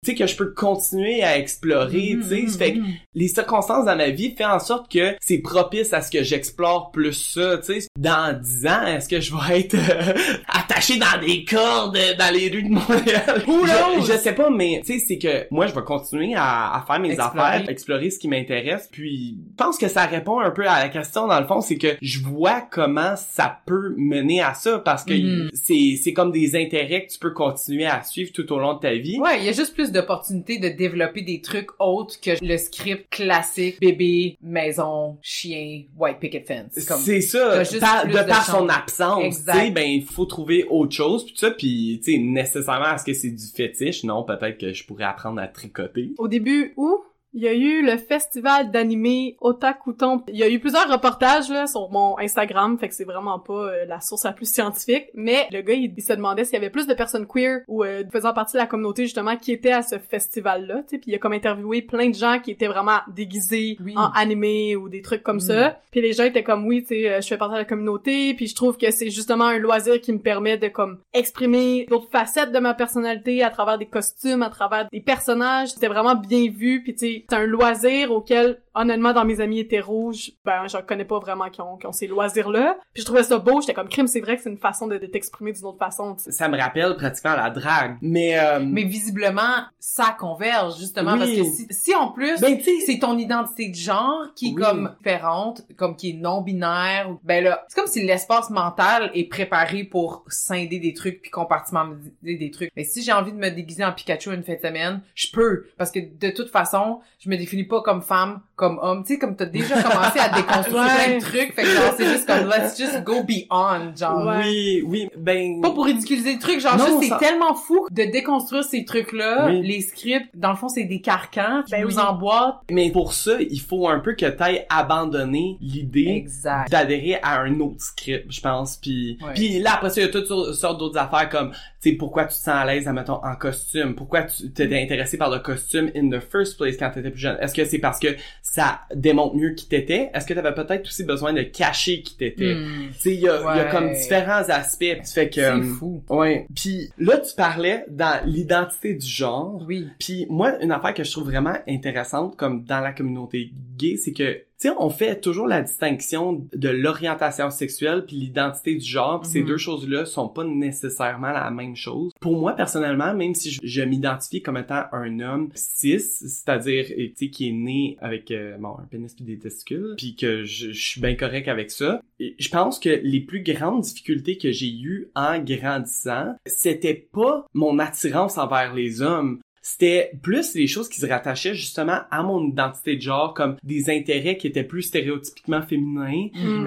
tu sais, que je peux continuer à explorer, tu sais. Fait que les circonstances dans ma vie font en sorte que c'est propice à ce que j'explore plus ça, tu sais. Dans 10 ans, est-ce que je vais être attaché dans des cordes dans les rues de Montréal? Je sais pas, mais tu sais, c'est que moi, je vais continuer à faire mes affaires, explorer ce qui m'intéresse, puis je pense que ça répond un peu à la question, dans le fond, c'est que je vois comment ça peut mener à ça, parce que c'est comme des intérêts que tu peux continuer à suivre tout au long de ta vie. Ouais, il y a juste plus d'opportunités de développer des trucs autres que le script classique, bébé, maison, chien, white picket fence. Comme, c'est ça, de par son absence, tu sais, ben il faut trouver autre chose, pis tout ça, pis tu sais, nécessairement, est-ce que c'est du fétiche? Non, peut-être que je pourrais apprendre à tricoter. Au début, il y a eu le festival d'animé Otakuton. Il y a eu plusieurs reportages là sur mon Instagram, fait que c'est vraiment pas la source la plus scientifique, mais le gars il se demandait s'il y avait plus de personnes queer ou faisant partie de la communauté justement qui étaient à ce festival-là, tu sais, puis il a comme interviewé plein de gens qui étaient vraiment déguisés en animé ou des trucs comme ça. Puis les gens étaient comme oui, tu sais, je fais partie de la communauté, puis je trouve que c'est justement un loisir qui me permet de comme exprimer d'autres facettes de ma personnalité à travers des costumes, à travers des personnages. C'était vraiment bien vu, puis tu sais c'est un loisir auquel, honnêtement, dans mes amis hétéros, j'en connais pas vraiment qui ont ces loisirs-là. Puis je trouvais ça beau, j'étais comme crime, c'est vrai que c'est une façon de t'exprimer d'une autre façon. T'sais. Ça me rappelle pratiquement la drague. Mais visiblement, ça converge, justement, parce que si en plus, c'est ton identité de genre qui est comme différente, comme qui est non-binaire, ben là, c'est comme si l'espace mental est préparé pour scinder des trucs puis compartimenter des trucs. Mais si j'ai envie de me déguiser en Pikachu une fin de semaine, je peux, parce que de toute façon, je me définis pas comme femme, comme homme, tu sais, comme t'as déjà commencé à déconstruire plein de trucs, fait que genre, c'est juste comme, let's just go beyond, genre. Oui, ben... Pas pour ridiculiser le truc, genre, non, juste, c'est tellement fou de déconstruire ces trucs-là, les scripts, dans le fond, c'est des carcans qui nous emboîtent. Mais pour ça, il faut un peu que t'ailles abandonner l'idée d'adhérer à un autre script, je pense, puis là, après ça, il y a toutes sortes d'autres affaires comme, tu sais, pourquoi tu te sens à l'aise, admettons, en costume, pourquoi tu t'étais intéressé par le costume in the first place quand t'étais plus jeune. Est-ce que c'est parce que ça démontre mieux qui t'étais? Est-ce que t'avais peut-être aussi besoin de cacher qui t'étais? Tu sais, il y a comme différents aspects. Tu fais que... C'est fou. Ouais. Puis là, tu parlais dans l'identité du genre. Oui. Puis moi, une affaire que je trouve vraiment intéressante, comme dans la communauté gay, c'est que tu sais, on fait toujours la distinction de l'orientation sexuelle puis l'identité du genre, pis ces deux choses-là sont pas nécessairement la même chose. Pour moi, personnellement, même si je m'identifie comme étant un homme cis, c'est-à-dire, tu sais, qui est né avec, un pénis pis des testicules, puis que je suis bien correct avec ça, et je pense que les plus grandes difficultés que j'ai eues en grandissant, c'était pas mon attirance envers les hommes. C'était plus les choses qui se rattachaient justement à mon identité de genre, comme des intérêts qui étaient plus stéréotypiquement féminins,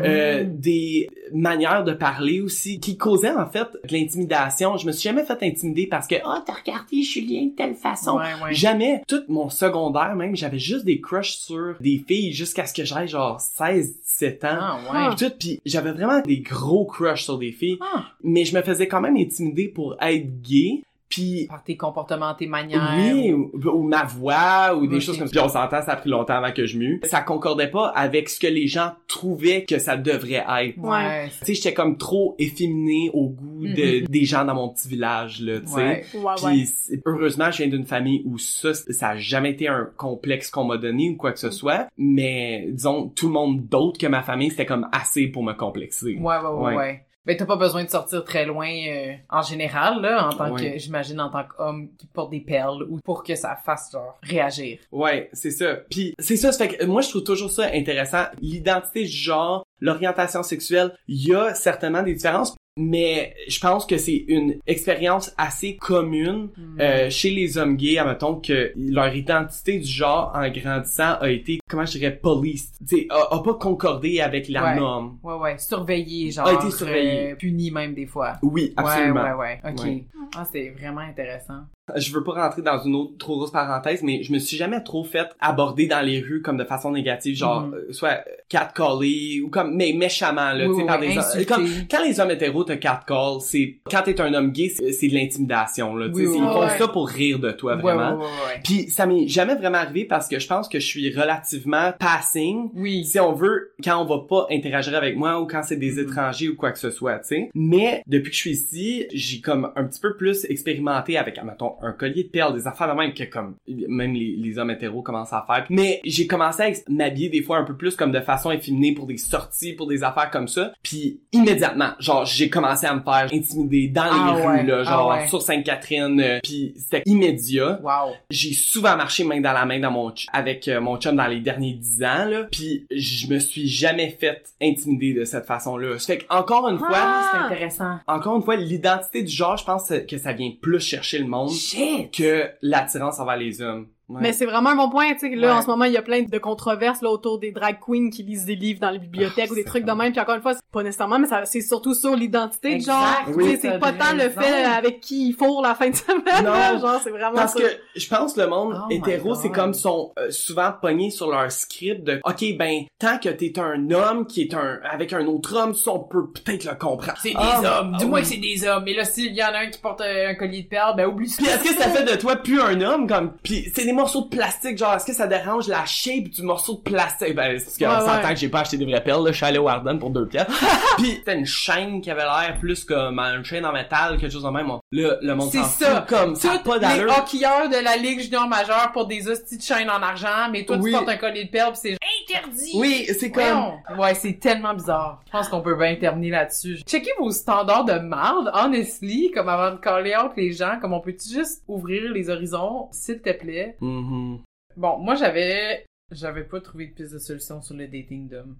des manières de parler aussi, qui causaient en fait de l'intimidation. Je me suis jamais fait intimider parce que « t'as regardé Julien de telle façon! » Jamais. Tout mon secondaire même, j'avais juste des crushs sur des filles jusqu'à ce que j'aille genre 16-17 ans. Puis j'avais vraiment des gros crushs sur des filles, mais je me faisais quand même intimider pour être gay. Puis par tes comportements, tes manières. Oui, ou ma voix, ou des choses comme ça. Puis on s'entend, ça a pris longtemps avant que je mue. Ça concordait pas avec ce que les gens trouvaient que ça devrait être. Ouais. Tu sais, j'étais comme trop efféminé au goût des gens dans mon petit village, là, tu sais. Puis heureusement, je viens d'une famille où ça a jamais été un complexe qu'on m'a donné ou quoi que ce soit. Mais, disons, tout le monde d'autre que ma famille, c'était comme assez pour me complexer. Ouais. Ben, t'as pas besoin de sortir très loin, en général, là, en tant que, j'imagine, en tant qu'homme qui porte des perles, ou pour que ça fasse, genre, réagir. Ouais, c'est ça. Puis, c'est ça, fait que moi, je trouve toujours ça intéressant. L'identité du genre, l'orientation sexuelle, il y a certainement des différences. Mais je pense que c'est une expérience assez commune chez les hommes gays, admettons que leur identité du genre en grandissant a été, comment je dirais, policed, tu sais, a pas concordé avec la norme. Ouais, surveillé, genre. A été surveillé. Puni même des fois. Oui, absolument. Ouais. Ok. Ah, c'est vraiment intéressant. Je veux pas rentrer dans une autre trop grosse parenthèse, mais je me suis jamais trop fait aborder dans les rues comme de façon négative, genre soit catcaller ou comme mais méchamment là, tu sais, par des hommes. Comme quand les hommes hétéros te catcall, c'est quand t'es un homme gay, c'est de l'intimidation là, tu sais, ils font ça pour rire de toi vraiment. Puis ça m'est jamais vraiment arrivé parce que je pense que je suis relativement passing. Si on veut, quand on va pas interagir avec moi ou quand c'est des étrangers ou quoi que ce soit, tu sais. Mais depuis que je suis ici, j'ai comme un petit peu plus expérimenté avec, admettons, genre un collier de perles, des affaires de même que comme même les hommes hétéros commencent à faire. Mais j'ai commencé à m'habiller des fois un peu plus comme de façon efféminée pour des sorties, pour des affaires comme ça. Puis immédiatement, genre j'ai commencé à me faire intimider dans les rues là, genre sur Sainte-Catherine. Puis c'était immédiat. Wow. J'ai souvent marché main dans la main avec mon chum dans les derniers 10 ans là. Puis je me suis jamais fait intimider de cette façon-là. Ça fait qu'encore une fois, c'est intéressant. Encore une fois, l'identité du genre, je pense que ça vient plus chercher le monde que l'attirance envers les hommes. Ouais. Mais c'est vraiment un bon point, tu sais, là, en ce moment, il y a plein de controverses, là, autour des drag queens qui lisent des livres dans les bibliothèques ou des trucs de même, puis encore une fois, c'est pas nécessairement, mais c'est surtout sur l'identité, genre, oui, c'est pas tant le fait avec qui il fourre la fin de semaine, là, genre, c'est vraiment parce ça. que je pense que le monde hétéro, c'est comme sont souvent pognés sur leur script de, OK, ben, tant que t'es un homme qui est avec un autre homme, ça, on peut peut-être le comprendre. C'est des hommes, dis-moi que c'est des hommes, mais là, s'il y en a un qui porte un collier de perles, ben, oublie ça. Puis est-ce que ça fait de toi plus un homme, comme, pis c'est des morceaux de plastique, genre, est-ce que ça dérange la shape du morceau de plastique? Ben, c'est parce qu'on s'entend que j'ai pas acheté des vraies perles, là, je suis allé au Arden pour 2 pièces. Pis c'était une chaîne qui avait l'air plus comme une chaîne en métal, quelque chose de même. Le monde s'en fout, comme, ça a pas d'allure. Les hockeyeurs de la Ligue junior majeure pour des hosties de chaînes en argent, mais toi, tu portes un collier de perles pis c'est interdit! Oui, c'est comme... Ouais, c'est tellement bizarre. Je pense qu'on peut bien terminer là-dessus. Checkez vos standards de marde, honestly, comme avant de caller out les gens, comme on peut-tu juste ouvrir les horizons, s'il te plaît? Mm-hmm. Bon, moi, j'avais pas trouvé de piste de solution sur le dating d'hommes.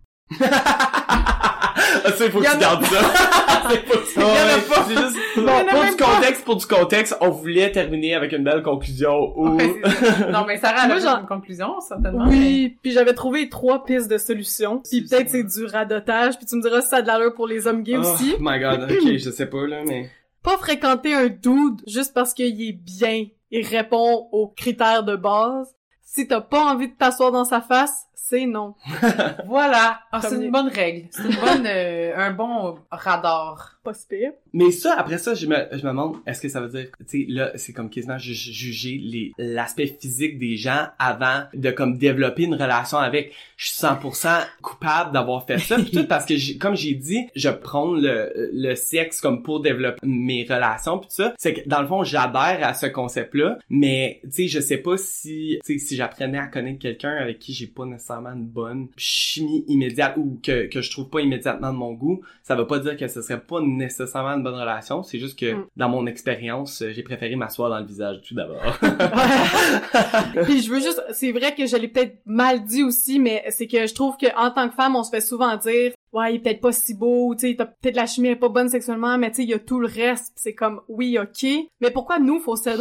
Ça, il faut que tu gardes ça. C'est juste, pour du contexte, on voulait terminer avec une belle conclusion où... Non, mais Sarah, elle a une conclusion, certainement. Oui, puis j'avais trouvé 3 pistes de solutions. Puis peut-être c'est du radotage, puis tu me diras si ça a de l'allure pour les hommes gays aussi. Oh my god, ok, je sais pas, là, mais... Pas fréquenter un dude juste parce qu'il est bien et répond aux critères de base. Si t'as pas envie de t'asseoir dans sa face, c'est non. Voilà. C'est une bonne règle. C'est une bonne, un bon radar. Pas si pire. Mais ça, après ça, je me demande, est-ce que ça veut dire, tu sais, là, c'est comme quasiment juger l'aspect physique des gens avant de comme développer une relation avec. Je suis 100% coupable d'avoir fait ça, pis tout parce que comme j'ai dit, je prône le sexe comme pour développer mes relations pis tout ça. C'est que dans le fond, j'adhère à ce concept-là, mais tu sais, je sais pas si, tu sais, si j'apprenais à connaître quelqu'un avec qui j'ai pas nécessairement une bonne chimie immédiate ou que je trouve pas immédiatement de mon goût, ça veut pas dire que ce serait pas nécessairement une bonne relation, c'est juste que dans mon expérience, j'ai préféré m'asseoir dans le visage tout d'abord. Puis je veux juste, c'est vrai que je l'ai peut-être mal dit aussi, mais c'est que je trouve que en tant que femme, on se fait souvent dire ouais, il est peut-être pas si beau, tu sais, peut-être la chimie est pas bonne sexuellement, mais tu sais, il y a tout le reste, pis c'est comme oui, OK, mais pourquoi nous faut settle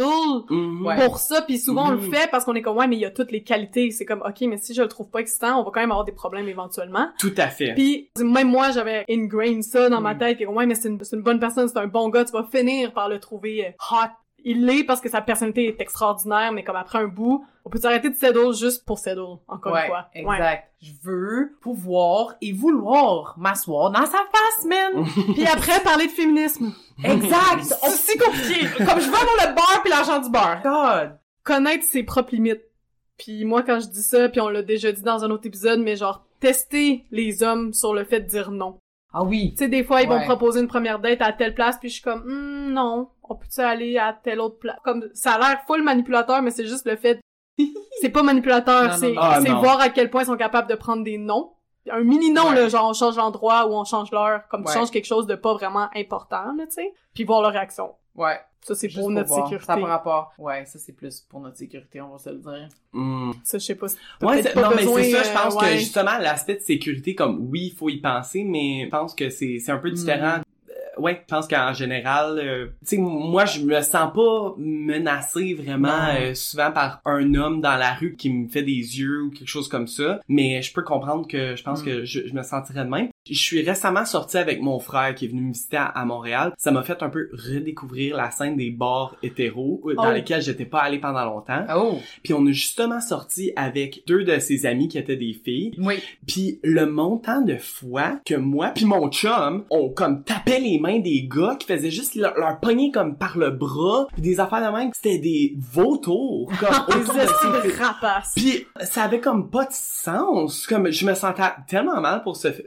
pour ça, puis souvent on le fait parce qu'on est comme ouais, mais il y a toutes les qualités, c'est comme OK, mais si je le trouve pas excitant, on va quand même avoir des problèmes éventuellement. Tout à fait. Puis même moi, j'avais ingrained ça dans ma tête, que ouais, mais c'est une bonne personne, c'est un bon gars, tu vas finir par le trouver hot. Il l'est parce que sa personnalité est extraordinaire, mais comme après un bout, on peut s'arrêter de settle juste pour settle, encore une fois. Exact. Ouais. Je veux pouvoir et vouloir m'asseoir dans sa face, man! Puis après, parler de féminisme. Exact! C'est si compliqué! Comme je veux avoir le beurre puis l'argent du beurre. God! Connaître ses propres limites. Puis moi, quand je dis ça, puis on l'a déjà dit dans un autre épisode, mais genre, tester les hommes sur le fait de dire non. Ah oui. Tu sais, des fois, ils vont proposer une première date à telle place, puis je suis comme, non, on peut-tu aller à telle autre place? Comme, ça a l'air full manipulateur, mais c'est juste le fait, c'est pas manipulateur, c'est voir à quel point ils sont capables de prendre des noms. Un mini-nom, là, genre, on change l'endroit ou on change l'heure, comme tu changes quelque chose de pas vraiment important, là, tu sais, puis voir leur réaction. Ouais. Ça, c'est pour notre sécurité. Ça par rapport. Ouais, ça, c'est plus pour notre sécurité, on va se le dire. Ça, je sais pas. Ouais, non, mais c'est ça, je pense que justement, l'aspect de sécurité, comme, oui, il faut y penser, mais je pense que c'est un peu différent. Ouais, je pense qu'en général, tu sais, moi, je me sens pas menacée vraiment souvent par un homme dans la rue qui me fait des yeux ou quelque chose comme ça, mais je peux comprendre que je pense que je me sentirais de même. Je suis récemment sorti avec mon frère qui est venu me visiter à Montréal. Ça m'a fait un peu redécouvrir la scène des bars hétéros dans lesquels j'étais pas allé pendant longtemps. Puis on a justement sorti avec 2 de ses amis qui étaient des filles. Oui. Puis le montant de fois que moi puis mon chum, on comme tapait les mains des gars qui faisaient juste leur pogner comme par le bras, puis des affaires de même, c'était des vautours comme des rapaces. Puis ça avait comme pas de sens, comme je me sentais tellement mal pour ces filles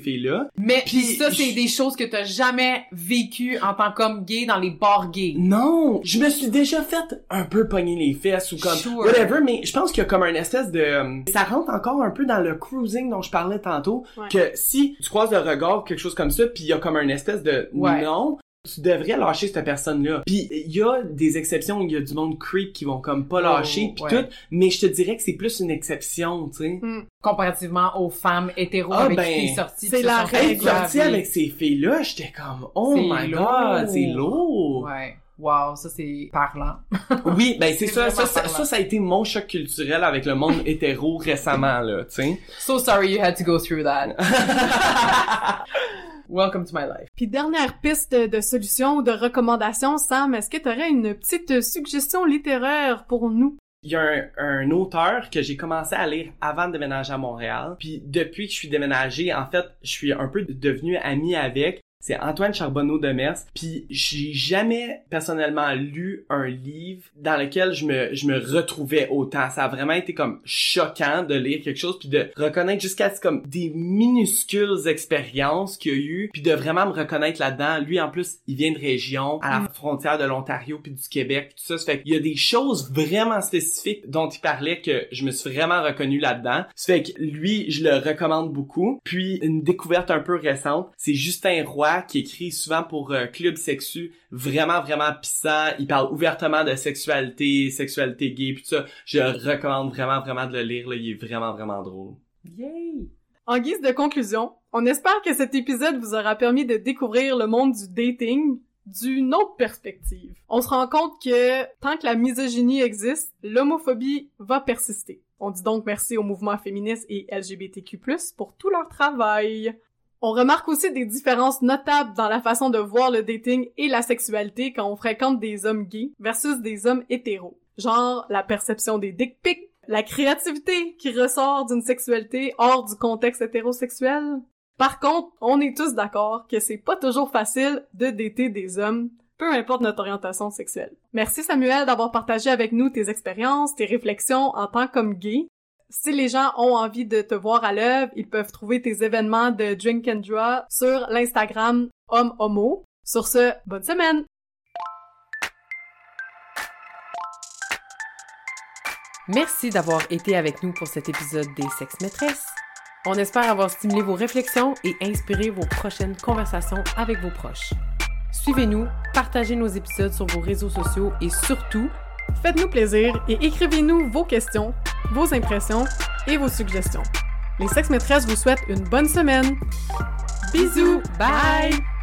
filles-là. Mais puis ça, c'est des choses que t'as jamais vécues en tant qu'homme gay dans les bars gays. Non! Je me suis déjà fait un peu pogner les fesses ou comme whatever, mais je pense qu'il y a comme un espèce de... ça rentre encore un peu dans le cruising dont je parlais tantôt, que si tu croises le regard ou quelque chose comme ça, puis il y a comme un espèce de non... tu devrais lâcher cette personne-là. Puis il y a des exceptions, il y a du monde creep qui vont comme pas lâcher pis tout, mais je te dirais que c'est plus une exception, tu sais. Comparativement aux femmes hétéros avec qui t'es sortie. C'est la règle. Sortie avec ces filles-là, j'étais comme oh my god, c'est lourd. Ouais. Wow, ça c'est parlant. Oui, ben c'est ça a été mon choc culturel avec le monde hétéro récemment là, tu sais. So sorry you had to go through that. Welcome to my life. Puis dernière piste de solution ou de recommandation, Sam, est-ce que tu aurais une petite suggestion littéraire pour nous? Il y a un auteur que j'ai commencé à lire avant de déménager à Montréal. Puis depuis que je suis déménagé, en fait, je suis un peu devenu ami avec. C'est Antoine Charbonneau-Demers. Puis j'ai jamais personnellement lu un livre dans lequel je me retrouvais autant. Ça a vraiment été comme choquant de lire quelque chose puis de reconnaître jusqu'à comme des minuscules expériences qu'il y a eu puis de vraiment me reconnaître là-dedans. Lui en plus, il vient de région à la frontière de l'Ontario puis du Québec, tout ça. Ça fait qu'il y a des choses vraiment spécifiques dont il parlait que je me suis vraiment reconnu là-dedans. Ça fait que lui, je le recommande beaucoup. Puis une découverte un peu récente, c'est Justin Roy qui écrit souvent pour Club Sexu, vraiment pissant, il parle ouvertement de sexualité gay pis tout ça. Je recommande vraiment de le lire là, il est vraiment drôle. Yay! En guise de conclusion, on espère que cet épisode vous aura permis de découvrir le monde du dating d'une autre perspective. On se rend compte que tant que la misogynie existe, l'homophobie va persister. On dit donc merci au mouvement féministe et LGBTQ+, pour tout leur travail. On remarque aussi des différences notables dans la façon de voir le dating et la sexualité quand on fréquente des hommes gays versus des hommes hétéros. Genre la perception des dick pics, la créativité qui ressort d'une sexualité hors du contexte hétérosexuel. Par contre, on est tous d'accord que c'est pas toujours facile de dater des hommes, peu importe notre orientation sexuelle. Merci Samuel d'avoir partagé avec nous tes expériences, tes réflexions en tant qu'homme gay. Si les gens ont envie de te voir à l'œuvre, ils peuvent trouver tes événements de Drink and Draw sur l'Instagram Homme Homo. Sur ce, bonne semaine! Merci d'avoir été avec nous pour cet épisode des Sex Maîtresses. On espère avoir stimulé vos réflexions et inspiré vos prochaines conversations avec vos proches. Suivez-nous, partagez nos épisodes sur vos réseaux sociaux et surtout, faites-nous plaisir et écrivez-nous vos questions, vos impressions et vos suggestions. Les Sex Maîtresses vous souhaitent une bonne semaine. Bisous! Bye!